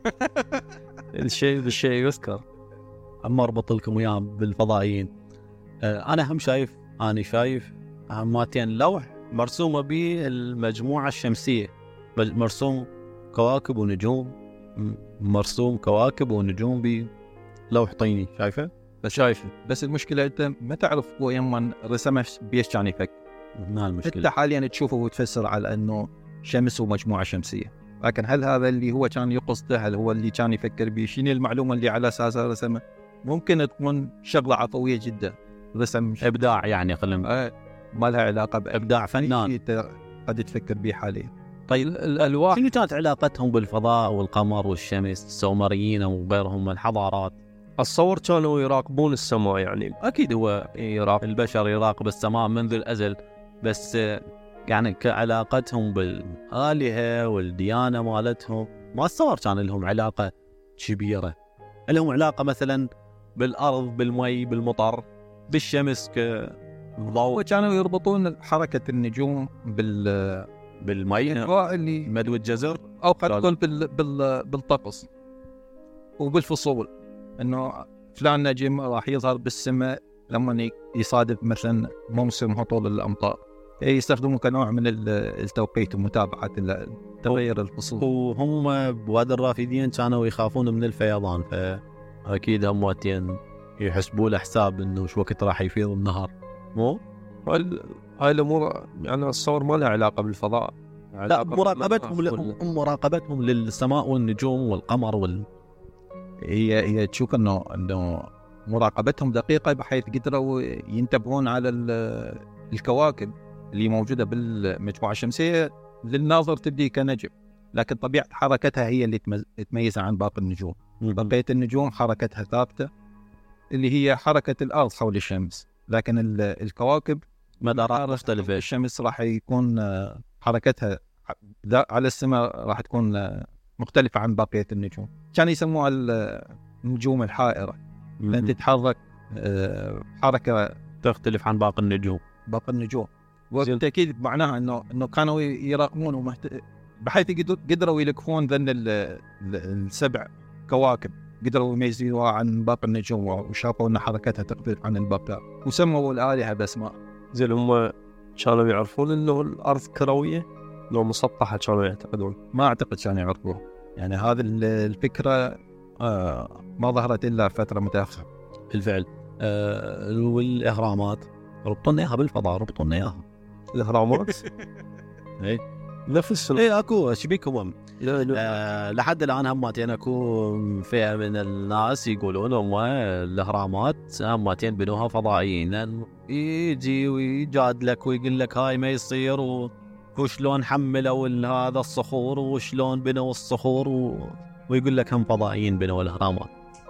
Speaker 3: الشيء بالشيء يذكر.
Speaker 1: أما أربط لكم وياه بالفضائيين. أنا هم شايف أنا شايف ماتين لوح مرسومة بالمجموعة الشمسية، مرسوم كواكب ونجوم، مرسوم كواكب ونجوم بلوح طيني. شايفه؟
Speaker 2: بس شايفه، بس المشكلة أنت ما تعرف هو يمن رسمه بيش كان يفك.
Speaker 1: ما المشكلة
Speaker 2: أنت حاليا تشوفه وتفسر على أنه شمس ومجموعة شمسية، لكن هل هذا اللي هو كان يقصده؟ هل هو اللي كان يفكر به؟ شنو المعلومة اللي على أساسها رسمه؟ ممكن تكون شغلة عفوية جدا، رسم
Speaker 1: إبداع يعني خلينا
Speaker 2: آه ما لها علاقة
Speaker 1: بإبداع فنان
Speaker 2: قد تفكر به حاليا.
Speaker 3: طيب الألواح
Speaker 1: شنو كانت علاقتهم بالفضاء والقمر والشمس، السومريين وغيرهم من الحضارات؟
Speaker 3: أتصور كانوا يراقبون السماء، يعني
Speaker 1: أكيد هو يراقب البشر يراقب السماء منذ الأزل، بس يعني كعلاقتهم بالآلهة والديانة مالتهم ما أتصور كان لهم علاقة كبيرة. لهم علاقة مثلا بالأرض، بالمي، بالمطر، بالشمس كضوء.
Speaker 2: وكانوا يربطون حركة النجوم بال
Speaker 1: بالمي
Speaker 2: اللي
Speaker 1: مدو الجزر،
Speaker 2: أو قد تكون بال... بال... بالطقس وبالفصول، إنه فلان نجم راح يظهر بالسماء لما يصادف مثلا موسم هطول الأمطار، يستخدمون كنوع من التوقيت ومتابعة تغير الفصول.
Speaker 1: وهم بوادي الرافدين كانوا يخافون من الفيضان، فأكيد هم وقتين يحسبوا له حساب إنه شو وقت راح يفيض النهار. مو
Speaker 3: هاي ال- هاي الامور يعني الصور ما لها علاقه بالفضاء،
Speaker 1: لا،
Speaker 3: علاقة
Speaker 1: مراقبتهم
Speaker 3: بالمناخ
Speaker 1: ل... مراقبتهم للسماء والنجوم والقمر وال
Speaker 2: هي هي تشوف انه انه مراقبتهم دقيقه بحيث قدروا ينتبهون على ال- الكواكب اللي موجوده بالمجموعه الشمسيه للناظر تبدي كنجم، لكن طبيعه حركتها هي اللي تمز- تميزها عن باقي النجوم. بقيه النجوم حركتها ثابته اللي هي حركه الارض حول الشمس، لكن ال- الكواكب
Speaker 1: مدارات مختلفة.
Speaker 2: الشمس راح يكون آه، حركتها ذا- على السماء راح تكون آه، مختلفه عن بقيه النجوم. كان يسموها ال- النجوم الحائره، لان تتحرك آه، حركه
Speaker 1: تختلف عن باقي النجوم.
Speaker 2: باقي النجوم، وبالتاكيد معناها انه انه كانوا يراقبون ومهت... بحيث يقدر- قدروا يلكفون ذن ال- ال- السبع كواكب، قدروا يميزوها عن باقي النجوم وشافوا ان حركتها تختلف عن الباقي، وسموا الالهه باسماء.
Speaker 3: زين هم كانوا يعرفون انه الارض كرويه لو مسطحه كانوا يعتقدون؟
Speaker 2: ما اعتقد كانوا يعرفوه، يعني هذه ال- الفكره آه ما ظهرت الا فتره متاخره.
Speaker 1: بالفعل. آه والاهرامات ربطوا لنا اياها بالفضاء، ربطوا لنا اياها.
Speaker 3: الاهرامات
Speaker 1: اي
Speaker 3: نفس ال-
Speaker 1: اي اكو شبيكم هم.
Speaker 3: لا لا
Speaker 1: آه لحد الان هماتين اكو فئه من الناس يقولون هم الاهرامات هماتين بنوها فضائيين، لان يجي ويجادلك ويقول لك هاي ما يصير و... وشلون حملوا ال- هذا الصخور وشلون بنوا الصخور و... ويقول لك هم فضائيين بنوا الاهرامات.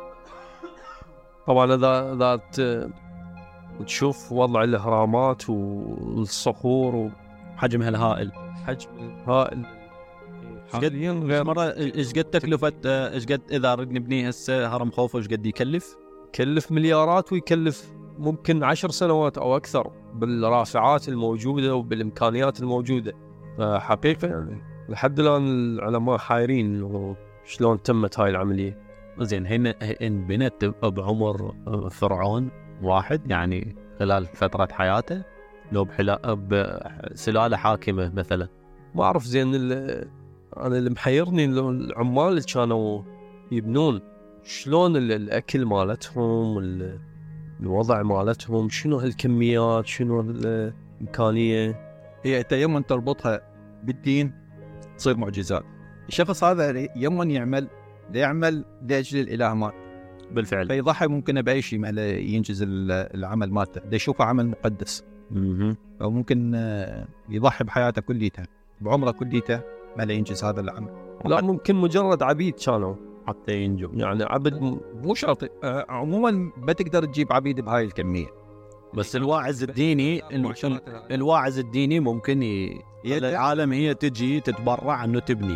Speaker 3: طبعا اذا اذا ت- تشوف وضع الاهرامات والصخور
Speaker 1: حجمها الهائل.
Speaker 3: وحجم الهائل حاليا غير
Speaker 1: مرة ايش قد تكلفة ايش قد اذا ردنا نبنيه هسه هرم خوفو ايش قد يكلف؟
Speaker 3: يكلف مليارات، ويكلف ممكن عشر سنوات او اكثر بالرافعات الموجوده وبالامكانيات الموجوده. فحقيقه يعني لحد الان العلماء حايرين انه شلون تمت هاي العمليه.
Speaker 1: زين هنا انبنت بعمر فرعون واحد، يعني خلال فترة حياته، لو بحلا بسلالة حاكمة مثلا.
Speaker 3: ما اعرف زين ال- انا اللي محيرني إنه العمال اللي كانوا يبنون شلون ال- الاكل مالتهم، ال- الوضع مالتهم، شنو هالكميات، شنو الامكانيه.
Speaker 2: هي انت يوم تربطها بالدين تصير معجزات. الشخص هذا يوم يعمل يعمل لاجل الاله مات،
Speaker 1: بالفعل.
Speaker 2: فيضحي ممكن باي شيء ما له ينجز ال- العمل مالته، ده يشوفه عمل مقدس،
Speaker 1: مهم.
Speaker 2: او ممكن آه، يضحي بحياته كليته بعمره كليته ما له ينجز هذا العمل.
Speaker 3: لا ممكن مجرد عبيد كانوا،
Speaker 1: حتى ينجو.
Speaker 3: يعني عبد م-
Speaker 2: مو شرط آه، عموما ما تقدر تجيب عبيد بهاي الكميه.
Speaker 1: بس الواعظ الديني ال- الواعظ الديني ممكن ي... العالم هي تجي تتبرع انه تبني.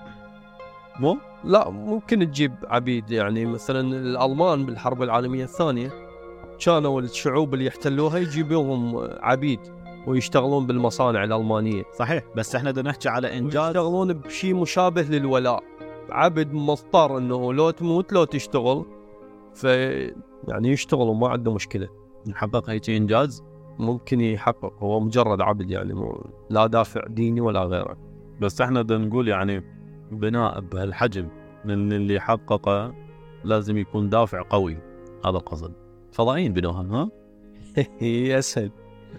Speaker 1: مو
Speaker 3: لا ممكن تجيب عبيد، يعني مثلا الالمان بالحرب العالميه الثانيه كانوا الشعوب اللي يحتلوها يجيبوهم عبيد ويشتغلون بالمصانع الالمانيه،
Speaker 1: صحيح، بس احنا بدنا نحكي على انجاز.
Speaker 3: يشتغلون بشيء مشابه للولاء. عبد مضطر انه لو تموت لو تشتغل، ف يعني يشتغلوا ما عنده مشكله.
Speaker 1: نحقق هيك انجاز.
Speaker 3: ممكن يحقق، هو مجرد عبد يعني مو لا دافع ديني ولا غيره.
Speaker 1: بس احنا بدنا نقول يعني بناء بهالحجم من اللي حققه لازم يكون دافع قوي. هذا القصد. فضائيين بنوها ها؟
Speaker 3: هي اسهل.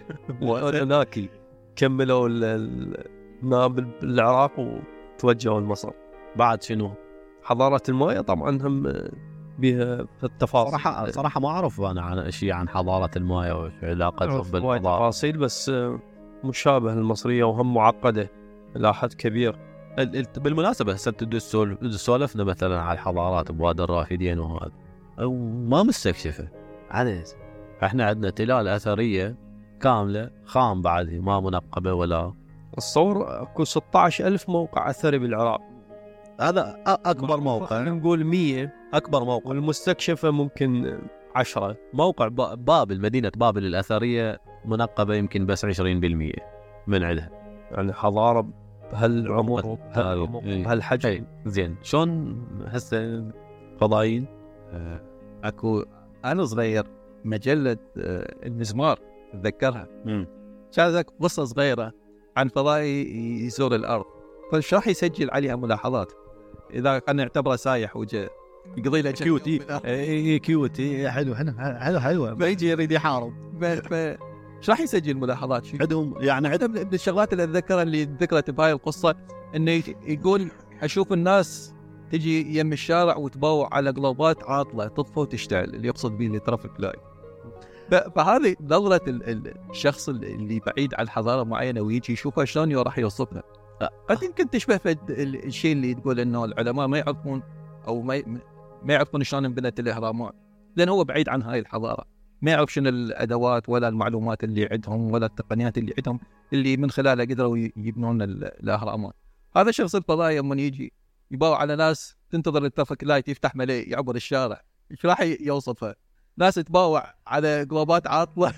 Speaker 3: وهناك كملوا ال- ال- ما بال- بالعراق وتوجهوا لمصر.
Speaker 1: بعد شنو؟
Speaker 3: حضاره المايا طبعا هم بها في التفاصيل.
Speaker 1: صراحة صراحة ما أعرف أنا عن شيء عن حضارة المايا وش علاقتهم
Speaker 3: وايد
Speaker 1: بالفضاء.
Speaker 3: تفاصيل بس مشابه المصريه وهم معقده الى حد كبير.
Speaker 1: ال- ال- بالمناسبة هسه تدو سولفنا مثلا على الحضارات بوادي الرافدين وهذا أو ما مستكشفة عدس. احنا عندنا تلال أثرية كاملة خام بعد ما منقبة ولا.
Speaker 3: الصور اكو ستة عشر ألف موقع اثري بالعراق.
Speaker 1: هذا أ- أكبر موقع.
Speaker 3: نقول مية،
Speaker 1: أكبر موقع.
Speaker 3: والمستكشفه ممكن عشرة.
Speaker 1: موقع ب- بابل، مدينة بابل الأثرية منقبة يمكن بس عشرين بالمية من عندها.
Speaker 3: يعني حضاره بهالعمر
Speaker 1: إيه.
Speaker 3: بهالعمر بهالحجم.
Speaker 1: أي زين شلون هسه فضائيين؟
Speaker 2: آه، اكو انا صغير مجله آه، المزمار اتذكرها،
Speaker 1: مم.
Speaker 2: كانت قصه صغيره عن فضائي يزور الارض، فايش راح يسجل عليها ملاحظات اذا كان نعتبره سايح وجه يقضي له
Speaker 1: كيوتي. اي كيوتي حلو حلو حلو حلو ما يجي يريد يحارب.
Speaker 2: ف... ف... ايش راح يسجل ملاحظات شو
Speaker 1: عندهم يعني عندهم
Speaker 2: من الشغلات اللي اتذكرها اللي ذكرت بهاي القصه انه يقول اشوف الناس تجي يم الشارع وتباوع على جلوبات عاطله تطفى وتشتعل، اللي يقصد به الترافيك لايت. فهذه نظره الشخص اللي بعيد عن حضاره معينه ويجي يشوفها شلون راح يوصفها. قد يمكن تشبه في الشيء اللي تقول انه العلماء ما يعرفون او ما ما يعرفون شلون انبنت الاهرامات، لان هو بعيد عن هاي الحضاره، ما يعرف شنو الادوات ولا المعلومات اللي عندهم ولا التقنيات اللي عندهم اللي من خلالها قدروا يبنون الاهرامات. هذا الشخص الفضائي لما يجي يباوع على ناس تنتظر الترافيك لايت يفتح ملء يعبر الشارع، ايش راح يوصفها؟ ناس تباوع على جلوبات عاطله.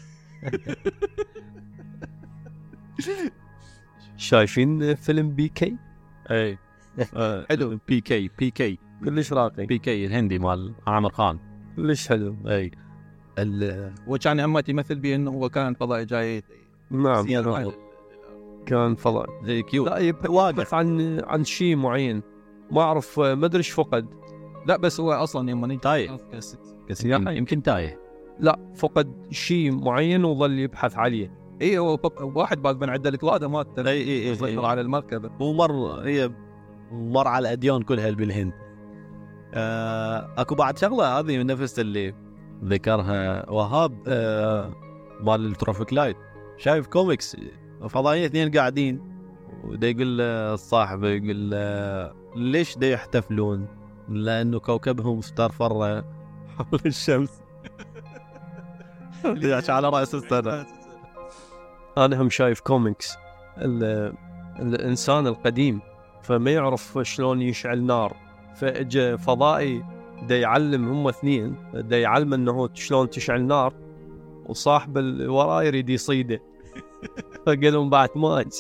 Speaker 3: شايفين فيلم بي كي؟
Speaker 1: اي حلو. بي كي بي كي
Speaker 3: كلش راقي.
Speaker 1: بي كي الهندي مال عامر خان
Speaker 3: كلش حلو.
Speaker 1: اي
Speaker 2: وكان عمات يمثل به انه هو كان فضائي جاي.
Speaker 3: نعم كان فضائي
Speaker 1: كيوت.
Speaker 3: لا يبحث عن عن شيء معين، ما اعرف ما ادري ايش فقد.
Speaker 2: لا بس هو اصلا يوم نجي
Speaker 1: تايه
Speaker 2: كسياحه
Speaker 1: يمكن تايه.
Speaker 3: لا فقد شيء معين وظل يبحث عليه.
Speaker 2: اي هو واحد بعد من عدة القلاده مات
Speaker 1: اي اي اي,
Speaker 2: أي. على المركبه.
Speaker 1: هو مر هي مر على الاديان كلها بالهند. آه اكو بعد شغله هذه من نفس اللي ذكرها وهاب، آه مال الترافيك لايت. شايف كوميكس فضائيين اثنين قاعدين ودا يقول الصاحب يقول ليش دا يحتفلون؟ لانه كوكبهم استرفر حول الشمس. ليش على راس السنه.
Speaker 3: انا هم شايف كوميكس الانسان القديم فما يعرف شلون يشعل نار، فاجى فضائي دا يعلم هم اثنين دا يعلم انه شلون تشعل نار، وصاحب اللي وراه يريد يصيده فقال لهم بعد ماج.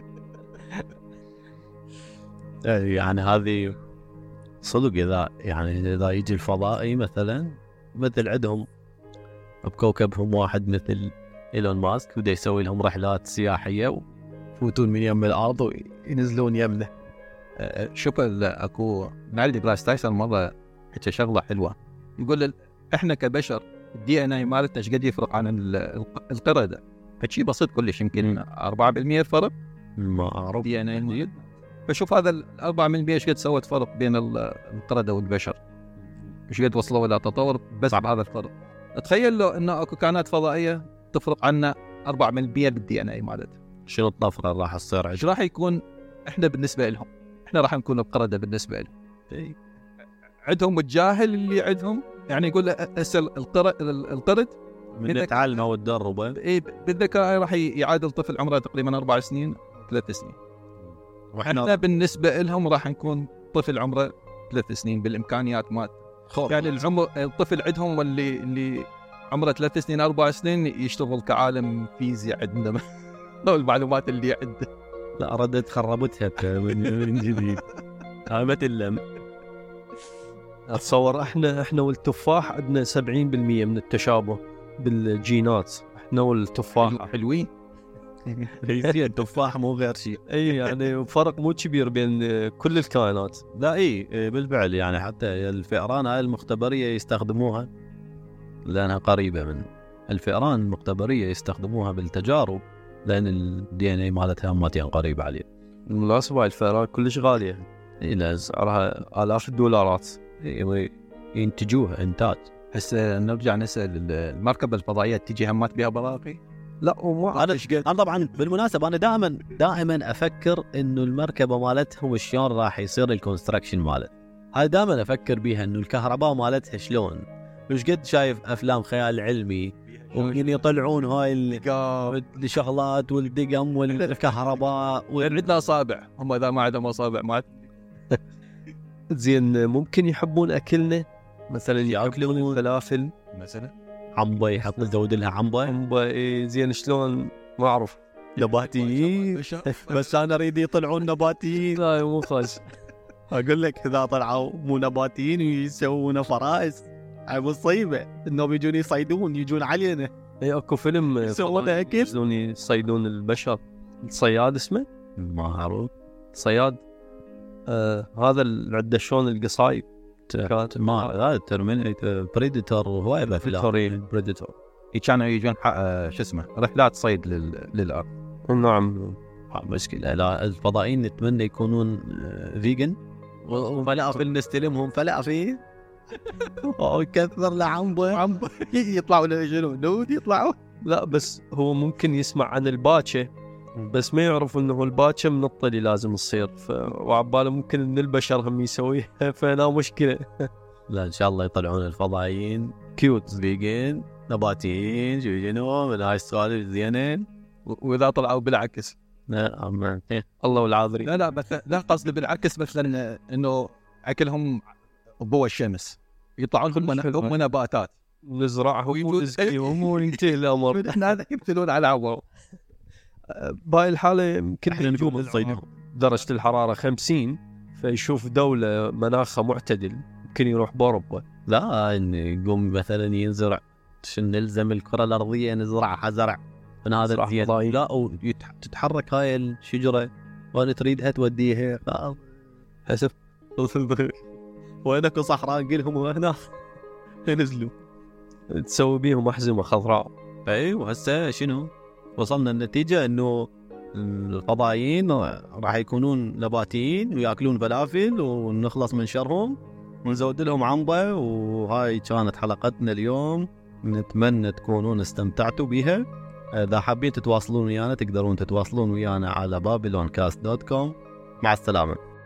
Speaker 1: يعني هذه صدق. اذا يعني اذا يجي الفضائي مثلا مثل عندهم بكوكبهم واحد مثل إيلون ماسك ودا يسوي لهم رحلات سياحيه ويفوتون من يم الارض وينزلون يمنه.
Speaker 2: شوف اكو نالدي جراس تايسون مره حكى شغله حلوه، يقول احنا كبشر الدي ان اي مالتنا ايش قد يفرق عن القرده؟ فشي بسيط كلش، يمكن أربعة بالمئة الفرق.
Speaker 1: ما اعرف
Speaker 2: دي ان اي. فشوف هذا ال أربعة بالمئة ايش قد سوت فرق بين القرده والبشر، ايش قد وصلوا الى تطور بس بهذا الفرق. تخيل لو انه اكو كائنات فضائيه تفرق عنا أربعة بالمئة بالدي ان اي مالتها،
Speaker 1: شنو الطفره راح تصير؟
Speaker 2: ايش راح يكون احنا بالنسبه لهم؟ احنا راح نكون القرده بالنسبه لهم.
Speaker 1: إيه.
Speaker 2: عندهم الجاهل اللي عندهم، يعني يقول هسه القرد القرد
Speaker 1: من يتعلم او تدربه
Speaker 2: اي بالذكاء راح يعادل طفل عمره تقريبا اربع سنين ثلاث سنين، واحنا بالنسبه لهم راح نكون طفل عمره ثلاث سنين بالامكانيات مات. يعني العمر الطفل عندهم واللي اللي عمره ثلاث سنين اربع سنين يشتغل كعالم فيزياء عندنا. المعلومات اللي عنده
Speaker 1: لا ردت خربتها من جديد. قامت اللم.
Speaker 3: اتصور احنا احنا والتفاح عندنا سبعين بالمئة من التشابه بالجينات، احنا والتفاح
Speaker 2: حلوين.
Speaker 1: هي التفاح مو غير شيء.
Speaker 3: اي يعني فرق مو كبير بين كل الكائنات.
Speaker 1: لا اي بالفعل، يعني حتى الفئران هاي المختبريه يستخدموها لانها قريبه من الفئران المختبريه يستخدموها بالتجارب لان الدي ان اي مالتها ماتين قريب عليه.
Speaker 3: بالمناسبه الفئران كلش غاليه،
Speaker 1: الى
Speaker 3: سعرها آلاف الدولارات
Speaker 1: ينتجوها انتاج.
Speaker 2: هسه نرجع نسال المركبه الفضائيه تجي همات بها براقي؟
Speaker 3: لا ومو
Speaker 1: انا انا طبعا بالمناسبه انا دائما دائما افكر انه المركبه مالتهم شلون راح يصير الكونستراكشن مالت. هاي دائما افكر بيها انه الكهرباء مالتها شلون. مش قد شايف افلام خيال علمي وممكن يطلعون هاي الشغلات والدقم والكهرباء
Speaker 2: عندنا اصابع، هم اذا ما عندهم اصابع ما
Speaker 3: زين. ممكن يحبون اكلنا مثلا، ياكلون فلافل
Speaker 2: مثلا،
Speaker 1: عنبه يحط زود لها عنبه
Speaker 3: عنبه إيه زين شلون ما اعرف.
Speaker 1: نباتيين بس انا اريد يطلعون نباتيين.
Speaker 3: لا مو خاص.
Speaker 1: اقول لك اذا طلعوا مو نباتيين ويسوون فرائس هاي مصيبه، انه بيجون يصيدون يجون علينا.
Speaker 3: اي اكو فيلم
Speaker 1: يسوون اكل
Speaker 3: يجون يصيدون البشر. الصياد اسمه
Speaker 1: ما اعرف.
Speaker 3: صياد آه هذا عنده شلون القصايد
Speaker 1: ما هذا ترمينيتور بريديتور وهواي افلام
Speaker 3: بريديتور.
Speaker 2: كانوا يجون شو اسمه رحلات صيد لل... للأرض.
Speaker 3: نعم.
Speaker 1: مشكلة. لا الفضائيين نتمنى يكونون فيجن وفلافل نستلمهم فلافل وكثر لعنبة
Speaker 2: عنبة يطلعوا لجنون نود يطلعوا.
Speaker 3: لا بس هو ممكن يسمع عن الباتشة بس ما يعرف انه الباتشة من الطلي لازم تصير ف... وعباله ممكن ان البشر هم يسويها فلا مشكلة.
Speaker 1: لا ان شاء الله يطلعون الفضائيين
Speaker 3: كيوت
Speaker 1: فيجن نباتيين يجينوا من هاي السوالف زينين.
Speaker 2: واذا طلعوا بالعكس
Speaker 1: لا أما
Speaker 3: الله والعاذري.
Speaker 2: لا لا بس لا قصدي بالعكس مثلا انه اكلهم ضوء الشمس يطلعون هم هم نباتات
Speaker 3: نزرعهم ونسقيهم وننتهي الامر.
Speaker 2: احنا هذا يبتلون على عمره.
Speaker 3: بهاي الحالة يمكن
Speaker 1: احنا نقوم نصيدهم.
Speaker 3: درجة الحرارة خمسين فيشوف دولة مناخها معتدل يمكن يروح بأوروبا.
Speaker 1: لا إن يقوم مثلا ينزرع شن نلزم الكرة الأرضية نزرعها زرع من هذا الزين. لا أو تتحرك هاي الشجرة وأنا تريدها توديها
Speaker 3: حسب
Speaker 1: وينك صحراء نقلهم وهنا ينزلوا
Speaker 3: تسوي بيهم أحزمة خضراء.
Speaker 1: أي وهسه شنو وصلنا النتيجة إنه الفضائيين راح يكونون نباتيين ويأكلون فلافل ونخلص من شرهم ونزود لهم عنبة. وهاي كانت حلقتنا اليوم نتمنى تكونون استمتعتوا بها. إذا حابين تتواصلون ويانا تقدرون تتواصلون ويانا على بابلون كاست دوت كوم. مع السلامة.